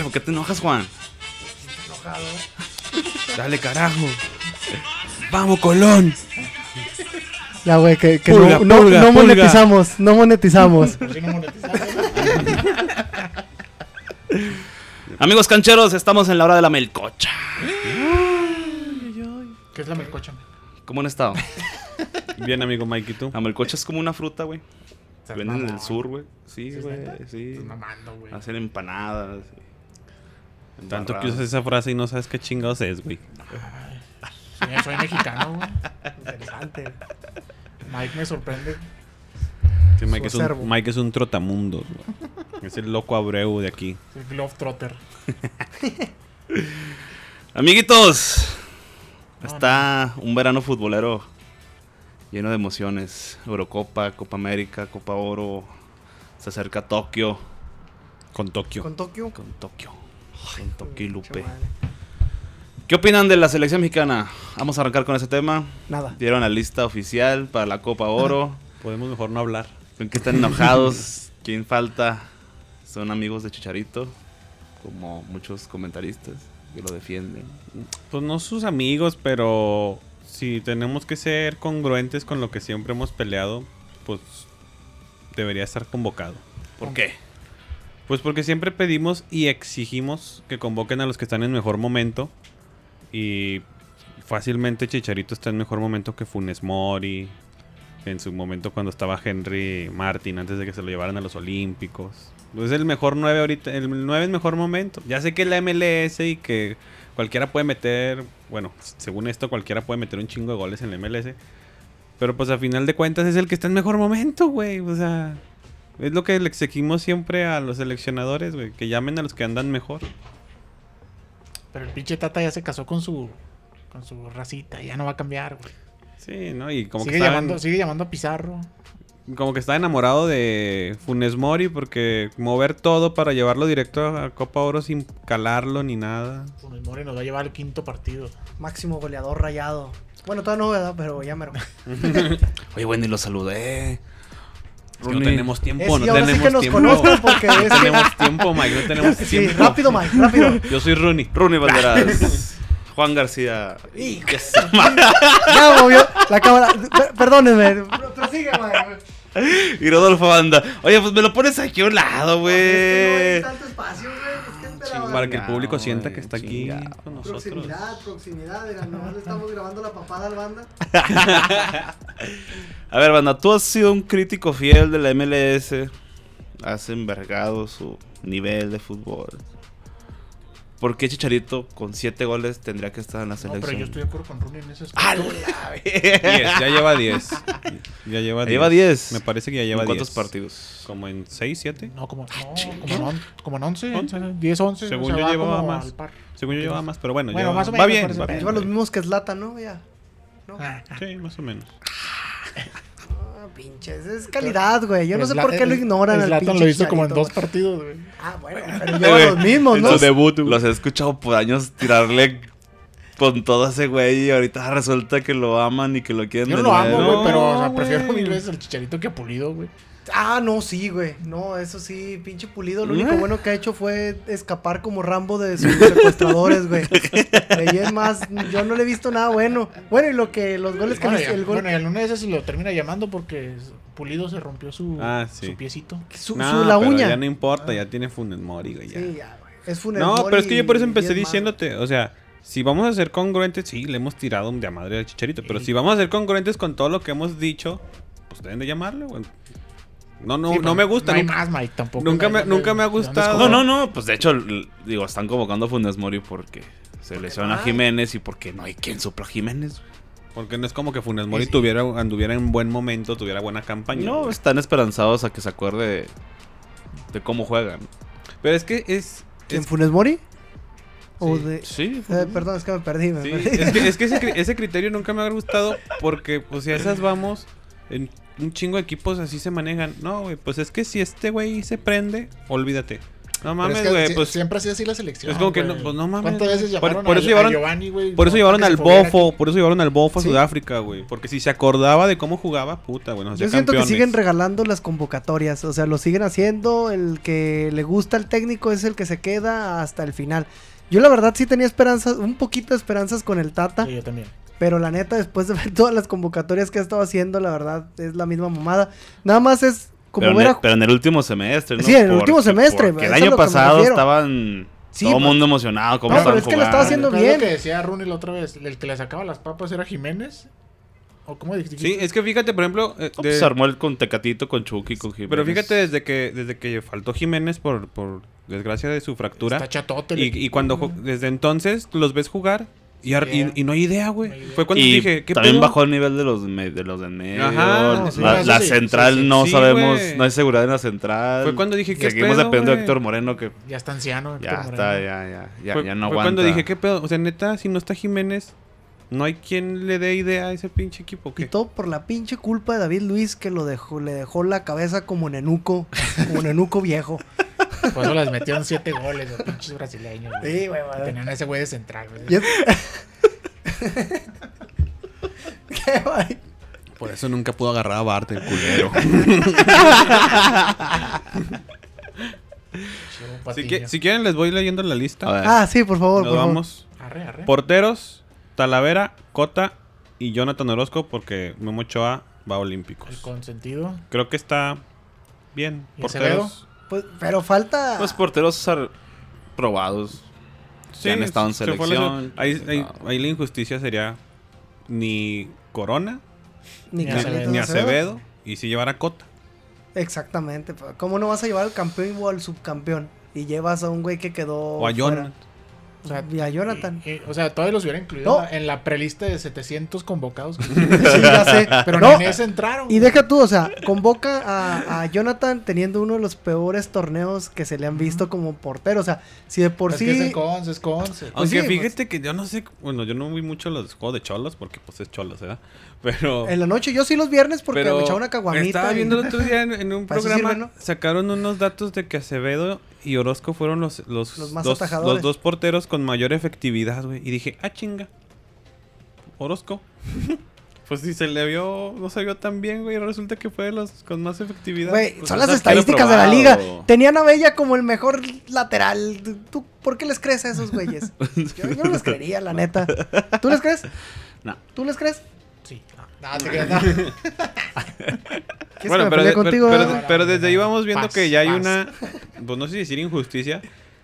¿por qué te enojas, Juan? Enojado. Dale, carajo. Vamos, Colón. Ya, güey, que Pulga, no pulga, pulga. monetizamos. No monetizamos. Sí, no monetizamos. Amigos cancheros, estamos en la hora de la melcocha. ¿Qué es la melcocha? ¿Cómo han estado? Bien, amigo Mike, ¿y tú? La melcocha es como una fruta, güey. Estás Venden en el mamón. sur, güey. Sí, ¿Sí, güey, neta? sí. Estás mamando, güey. Hacen empanadas. Tanto que embarradas. usas esa frase y no sabes qué chingados es, güey. Sí, soy mexicano, güey. Interesante. Mike me sorprende. Sí, Mike, Su acervo. Mike es un trotamundos, güey. Es el loco Abreu de aquí. Soy Globetrotter. Amiguitos, está un verano futbolero lleno de emociones. Eurocopa, Copa América, Copa Oro. Se acerca Tokio. Con Tokio. Con Tokio. Con Tokio. Con Tokio y Lupe. Chaval. ¿Qué opinan de la selección mexicana? Vamos a arrancar con ese tema. Nada. Dieron la lista oficial para la Copa Oro. Podemos mejor no hablar. ¿Con qué están enojados? ¿Quién falta? Son amigos de Chicharito, como muchos comentaristas que lo defienden. Pues no sus amigos, pero si tenemos que ser congruentes con lo que siempre hemos peleado, pues debería estar convocado. ¿Por qué? Pues porque siempre pedimos y exigimos que convoquen a los que están en mejor momento. Y fácilmente Chicharito está en mejor momento que Funes Mori. En su momento cuando estaba Henry Martin, antes de que se lo llevaran a los Olímpicos. Es el mejor 9 ahorita, el 9 es mejor momento. Ya sé que es la MLS y que cualquiera puede meter, bueno, según esto cualquiera puede meter un chingo de goles en la MLS. Pero pues a final de cuentas es el que está en mejor momento, güey. O sea, es lo que le exigimos siempre a los seleccionadores, güey. Que llamen a los que andan mejor. Pero el pinche Tata ya se casó con su racita. Ya no va a cambiar, güey. Sí, ¿no? Y como Sigue que estaba sigue llamando a Pizarro. como que está enamorado de Funes Mori porque mover todo para llevarlo directo a Copa Oro sin calarlo ni nada. Funes Mori nos va a llevar al quinto partido. Máximo goleador rayado. Bueno, todavía no, ¿verdad? Pero ya mero. Oye, güey, ni lo saludé. Es que no Rooney. tenemos tiempo, Sí, no ahora sí tenemos que nos tiempo. conozcan porque No es que... tenemos tiempo, Mike, no tenemos Sí, tiempo. rápido, Mike, rápido. Yo soy Rooney. Rooney Banderas. Juan García. Ya movió la cámara. Perdónenme. Prosigue, Mike. Y Rodolfo Banda. Oye, pues me lo pones aquí a un lado, Es güey. que no hay tanto espacio, güey. Pues, ¿qué esperaba? Para que el público Chingado, sienta güey, que está aquí chingado. con nosotros. Proximidad. Mira, nomás le estamos grabando la papada al banda. A ver, banda, tú has sido un crítico fiel de la MLS. Has envergado su nivel de fútbol. ¿Por qué Chicharito con 7 goles tendría que estar en la No, selección? pero yo estoy de acuerdo con Rooney en ese ¡A aspecto. la vez! 10, ya lleva 10. Ya lleva 10. Lleva 10. Me parece que ya lleva ¿En 10. cuántos partidos? Como en 6, 7. No, como en 11, 10, 11. Según yo llevaba más. Según yo llevaba más, pero bueno, Bueno, ya más o va menos, bien. parece Va bien. bien. Lleva los mismos que Zlatan, ¿no? Ya. ¿No? Sí, más o menos. Ah, pinches. Es calidad, güey. Yo no sé por qué lo ignoran al Zlatan pinche lo hizo como en Chicharito. 2 partidos, güey. Ah, bueno. Pero lleva los mismos, En ¿no? su debut. Los he escuchado por años tirarle con todo a ese güey. Y ahorita resulta que lo aman y que lo quieren Yo de no lo amo, nuevo. güey, No, pero o sea, güey. prefiero mil veces al Chicharito que a Pulido, güey. Ah, no, sí, güey. No, eso sí, pinche Pulido. Lo único bueno que ha hecho fue escapar como Rambo de sus secuestradores, güey. De ahí es más, yo no le he visto nada bueno. Bueno, y lo que, los goles que Bueno, le- el gol, bueno, y en una de esas lo termina llamando porque Pulido se rompió su piecito. No, la pero uña. ya no importa, ya tiene Funes Mori, güey. Ya. Sí, ya, güey. Es Funes No, Mori pero es que yo por eso y empecé 10 más. diciéndote, o sea, si vamos a ser congruentes, sí, le hemos tirado de a madre al Chicharito, pero si vamos a ser congruentes con todo lo que hemos dicho, pues deben de llamarlo, güey. No, Sí, no me gusta. No hay nunca, más, Mike, tampoco. nunca me ha ¿De gustado. dónde No, pues de hecho, digo, están convocando a Funes Mori porque se lesiona a no hay. Jiménez y porque no hay quien supla a Jiménez. Porque no es como que Funes Mori Sí. anduviera en buen momento, tuviera buena campaña. No, güey. están esperanzados a que se acuerde de cómo juegan. Pero es que es... ¿En Funes Mori? O Sí. de... Sí, perdón, es que me perdí. Sí, perdí. es que ese criterio nunca me ha gustado porque, pues, si a esas vamos, en un chingo de equipos así se manejan. No, güey, pues es que si este güey se prende, olvídate. No Pero mames, es que güey, pues... siempre ha sido así la selección. Es como que, güey. no, pues no mames. ¿Cuántas veces llamaron por eso a llevaron, Giovanni, güey? por eso No, llevaron para que al se fuera bofo, aquí. por eso llevaron al bofo a Sí. Sudáfrica, güey. Porque si se acordaba de cómo jugaba, puta, güey, nos hacía Yo siento campeones. que siguen regalando las convocatorias, o sea, lo siguen haciendo, el que le gusta al técnico es el que se queda hasta el final. Yo la verdad sí tenía esperanzas, un poquito de esperanzas con el Tata, Sí, yo también. pero la neta después de ver todas las convocatorias que ha estado haciendo, la verdad es la misma mamada. Nada más es como Pero, ver a... pero en el último semestre, ¿no? Sí, en el último semestre, Porque el eso es año lo que me pasado refiero. estaban Sí, todo el pues- mundo emocionado. Cómo No, pero estaban es que lo estaba jugando. haciendo Pero bien. es lo que decía Rooney la otra vez, el que le sacaba las papas era Jiménez. ¿O cómo dijiste? Sí, es que fíjate, por ejemplo... No, pues, se armó el con Tecatito, con Chucky, con Jiménez. Pero fíjate, desde que faltó Jiménez por desgracia de su fractura... Está chatote. Y cuando desde entonces los ves jugar y no hay idea, güey. No hay idea. Fue cuando Y dije, ¿qué también pedo? bajó el nivel de los de en medio. Ajá, no, sí, la eso sí, central sí, sí. no Sí, sabemos, güey. no hay seguridad en la central. Fue cuando dije, ¿qué seguimos pedo, dependiendo de güey? Héctor Moreno, que Ya está anciano. ya Héctor está, Moreno. ya fue, no fue aguanta. cuando dije, ¿qué pedo? O sea, neta, si no está Jiménez, no hay quien le dé idea a ese pinche equipo. Y ¿Qué? todo por la pinche culpa de David Luiz que le dejó la cabeza como nenuco viejo. Por eso les metieron 7 goles los pinches brasileños. güey. Sí, güey, güey. Tenían a ese güey de central, güey. Y es- ¿Qué, güey? Por eso nunca pudo agarrar a Bart, el culero. Chivo si, Patiño. si quieren, les voy leyendo la lista. A ver. Ah, sí, por favor, Nos por favor. vamos. Arre, arre. Porteros, Talavera, Cota y Jonathan Orozco, porque Memo Ochoa va a El Olímpicos. consentido. Creo que está bien. ¿Y Porteros. Pues, pero falta... Los porteros probados. que han estado en se fue selección. Ahí la injusticia sería ni Corona ni ni Carlitos ni Acevedo. Acevedo y si llevara Cota. Exactamente. Pues, ¿cómo no vas a llevar al campeón o al subcampeón? Y llevas a un güey que quedó O a fuera. Jonathan. O sea, Y a Jonathan. o sea, todavía los hubiera incluido No. en la prelista de 700 convocados. Sí, ya sé. Pero No, ni en ese entraron. y deja tú, o sea, convoca a Jonathan teniendo uno de los peores torneos que se le han visto como portero. O sea, si de por Es sí... que es el Conce, es Conce. Pues Aunque sí, fíjate que yo no sé, bueno, yo no vi mucho los juegos de Cholos porque pues es Cholos, ¿verdad? Pero En la noche, yo sí los viernes porque pero me echaba una caguamita. estaba y- viendo el otro día en un Para eso programa, sirve, ¿no? sacaron unos datos de que Acevedo y Orozco fueron los más dos, atajadores. los dos porteros con mayor efectividad, güey. Y dije, chinga, Orozco. Pues si se le vio, no se vio tan bien, güey. Resulta que fue de los con más efectividad. Güey, Pues son es las arquero estadísticas de la liga. probado. Tenían a Bella como el mejor lateral. ¿Tú por qué les crees a esos güeyes? Yo no les creería, la neta. ¿Tú les crees? No. ¿Tú les crees? Sí. No, te creas, no. ¿Quieres Bueno, que me pero, pelee contigo? pero desde ahí vamos viendo Paz, que ya hay paz. una, pues no sé si decir injusticia,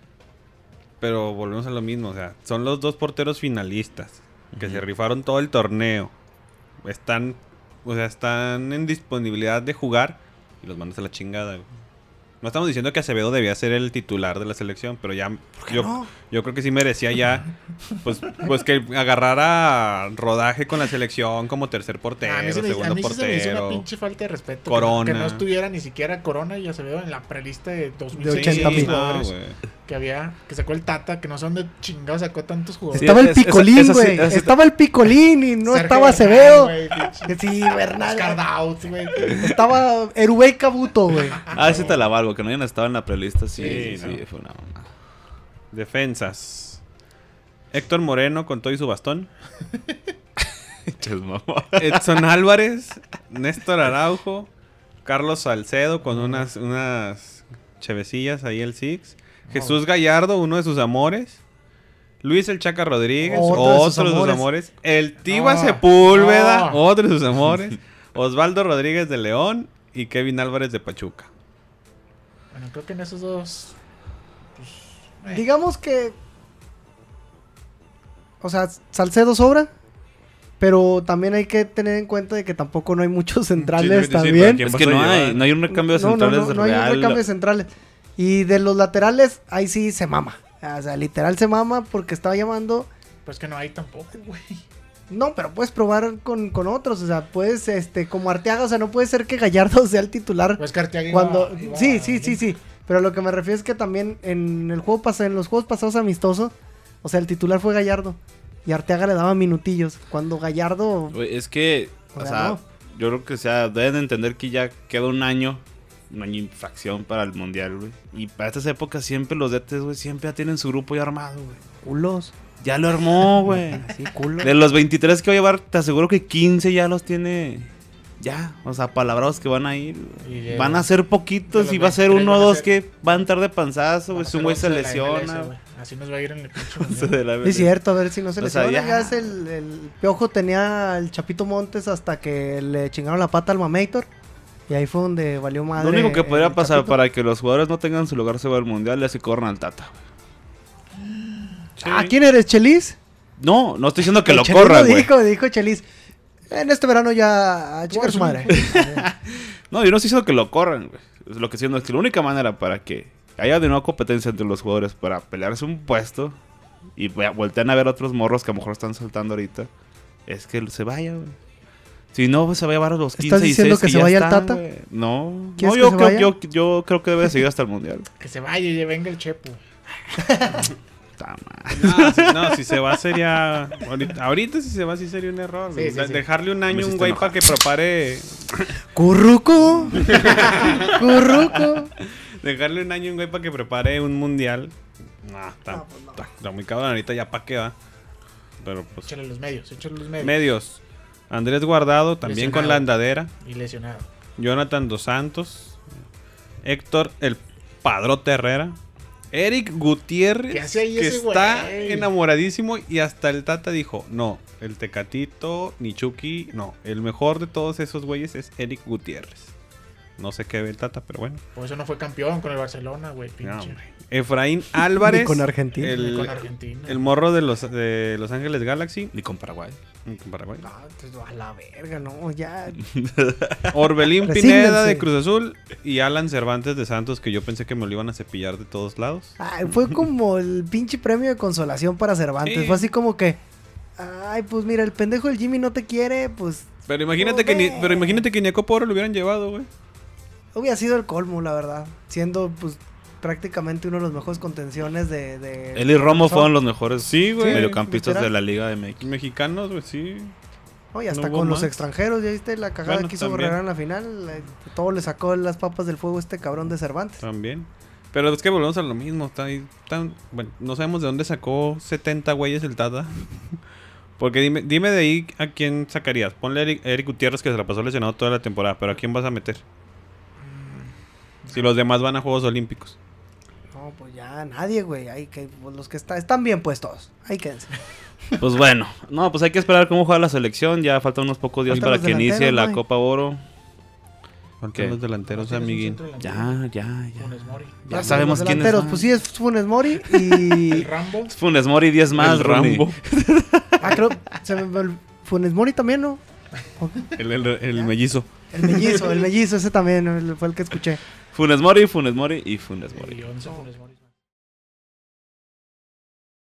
pero volvemos a lo mismo, o sea, son los dos porteros finalistas que se rifaron todo el torneo, están, o sea, están en disponibilidad de jugar y los mandas a la chingada, güey. No estamos diciendo que Acevedo debía ser el titular de la selección, pero ya qué yo, no? yo creo que sí merecía ya pues que agarrara rodaje con la selección como tercer portero, A mí, a segundo mí sí se me hizo una portero. pinche falta de respeto. Corona. Que no estuviera ni siquiera Corona y Acevedo en la prelista de 2006 80 mil. jugadores güey. que sacó el Tata, que no sé dónde chingados sacó tantos jugadores. Estaba el esa- Picolín, esa sí- güey. esa sí- Estaba el Picolín y no Sergio estaba Bernal, Acevedo. güey, pinche Que sí, Bernal. Oscar Daut, güey. Estaba Erubey Cabuto, güey. Ah, sí te la valgo, que no hayan estado en la prelista. Sí, Sí, sí, no. fue una mamada. Defensas. Héctor Moreno con todo y su bastón. Ches, mamá. Edson Álvarez. Néstor Araujo. Carlos Salcedo con unas chevecillas ahí el Six. Jesús Gallardo, uno de sus amores. Luis el Chaca Rodríguez, Otro otro de sus de sus amores. amores. El Tiva No, Sepúlveda, no. otro de sus amores. Osvaldo Rodríguez de León y Kevin Álvarez de Pachuca. Bueno, creo que en esos dos. Digamos que. O sea, Salcedo sobra. Pero también hay que tener en cuenta de que tampoco no hay muchos centrales Sí, sí, sí, también. ¿quién Es vas que a no llevar? hay un recambio de No, centrales no hay un real. recambio de centrales. Y de los laterales, ahí sí se mama. O sea, literal se mama porque estaba llamando. Pues que no hay tampoco, güey. No, pero puedes probar con otros. O sea, puedes, como Arteaga. O sea, no puede ser que Gallardo sea el titular. Pues que Arteaga iba- Cuando. iba- Sí. Pero lo que me refiero es que también en el juego en los juegos pasados amistosos, o sea, el titular fue Gallardo. Y Arteaga le daba minutillos. Cuando Gallardo. Güey, es que, O o sea, sea, no. yo creo que deben de entender que ya queda un año un año de infracción para el mundial, güey. Y para estas épocas siempre los DTs, güey, siempre ya tienen su grupo ya armado, güey. Culos. Ya lo armó, güey. Sí, culos. De los 23 que va a llevar, te aseguro que 15 ya los tiene. Ya, o sea, palabrados que van a ir. Y Van a ser poquitos de y los va a ser 23 uno o van a dos ser- que van a estar de panzazo, güey. Van a Si un ser güey se 11 de la lesiona. MLS, güey. Así nos va a ir en el pinche Se mundial. de la Sí, es cierto, a ver si no se O sea, lesiona. ya. Ya es el Piojo tenía el Chapito Montes hasta que le chingaron la pata al Mamator. Y ahí fue donde valió madre. Lo único que podría el pasar Chapito. para que los jugadores no tengan su lugar seguro al mundial es que corran al Tata, güey. Sí. Ah, ¿quién eres, Chelis? No, no estoy diciendo que El lo Chelis corran, güey. dijo Chelis. En este verano ya a chingar su madre. No, yo no estoy diciendo que lo corran, güey. Lo que estoy diciendo es que la única manera para que haya de nuevo competencia entre los jugadores para pelearse un puesto y voltean a ver otros morros que a lo mejor están saltando ahorita, es que se vaya, güey. Si no, pues, se va a llevar a los 15 ¿Estás y diciendo 16 que se ya vaya el están, Tata? güey. No, ¿Quieres no, que se vaya? yo creo que debe de seguir hasta el mundial. Que se vaya y venga el Chepo. Está mal. No, si se va sería... Ahorita si se va sí sería un error. güey. Sí, sí, sí. Dejarle un año Me a un hiciste güey enojar. para que prepare... Curruco. Curruco. Dejarle un año a un güey para que prepare un mundial. No, No, pues no. está muy cabrón. Ahorita ya pa' qué va. Pero pues... Échale los medios, échale los medios. Medios. Andrés Guardado, también Lesionado. con la andadera. Y lesionado. Jonathan Dos Santos. Héctor el Padrote Herrera. Eric Gutiérrez, ¿Qué hace ahí que ese está güey? enamoradísimo. Y hasta el Tata dijo, no, el Tecatito, ni Chucky, no. El mejor de todos esos güeyes es Eric Gutiérrez. No sé qué ve el Tata, pero bueno. Por eso no fue campeón con el Barcelona, güey. No, Pinche. hombre. Efraín Álvarez. Ni con Argentina. Ni El, con Argentina. el morro de Los Ángeles Galaxy. Ni con Paraguay. Con Paraguay. No, entonces, a la verga, no, ya. Orbelín Resígnense. Pineda de Cruz Azul y Alan Cervantes de Santos, que yo pensé que me lo iban a cepillar de todos lados. Ay, fue como el pinche premio de consolación para Cervantes. Sí. Fue así como que, ay, pues mira, el pendejo del Jimmy no te quiere, pues Pero imagínate que ni a Copa Oro lo hubieran llevado, güey. hubiera sido el colmo, la verdad. Siendo, pues, prácticamente uno de los mejores contenciones de Él y Romo fueron los mejores Sí, güey. mediocampistas literal. de la Liga MX. Mexicanos, güey, sí. No, y hasta no hubo con los más. extranjeros, ya viste la cagada Bueno, que hizo también. Borrera en la final. Todo le sacó las papas del fuego este cabrón de Cervantes. También. Pero es que volvemos a lo mismo. Bueno, no sabemos de dónde sacó 70 güeyes el Tata. Porque dime de ahí a quién sacarías. Ponle a Eric Gutiérrez, que se la pasó lesionado toda la temporada. Pero ¿a quién vas a meter? Si los demás van a Juegos Olímpicos. No, pues ya nadie, güey. Hay que, pues, los que están bien puestos. Ahí quédense. Pues bueno, no, pues hay que esperar cómo juega la selección. Ya faltan unos pocos días Faltan para los que inicie delanteros, la ¿no? Copa Oro. Faltan ¿Qué? los delanteros, Tienes un amiguín. centro delantero. Ya. Funes Mori. Ya sabemos Los quiénes delanteros, van. pues sí, es Funes Mori El y... Rambo. Funes Mori 10 más, el Rooney. Rambo. creo... Funes Mori también, ¿no? El mellizo. El mellizo, ese también fue el que escuché. Funes Mori y Funes Mori. Y 11 Funes Mori.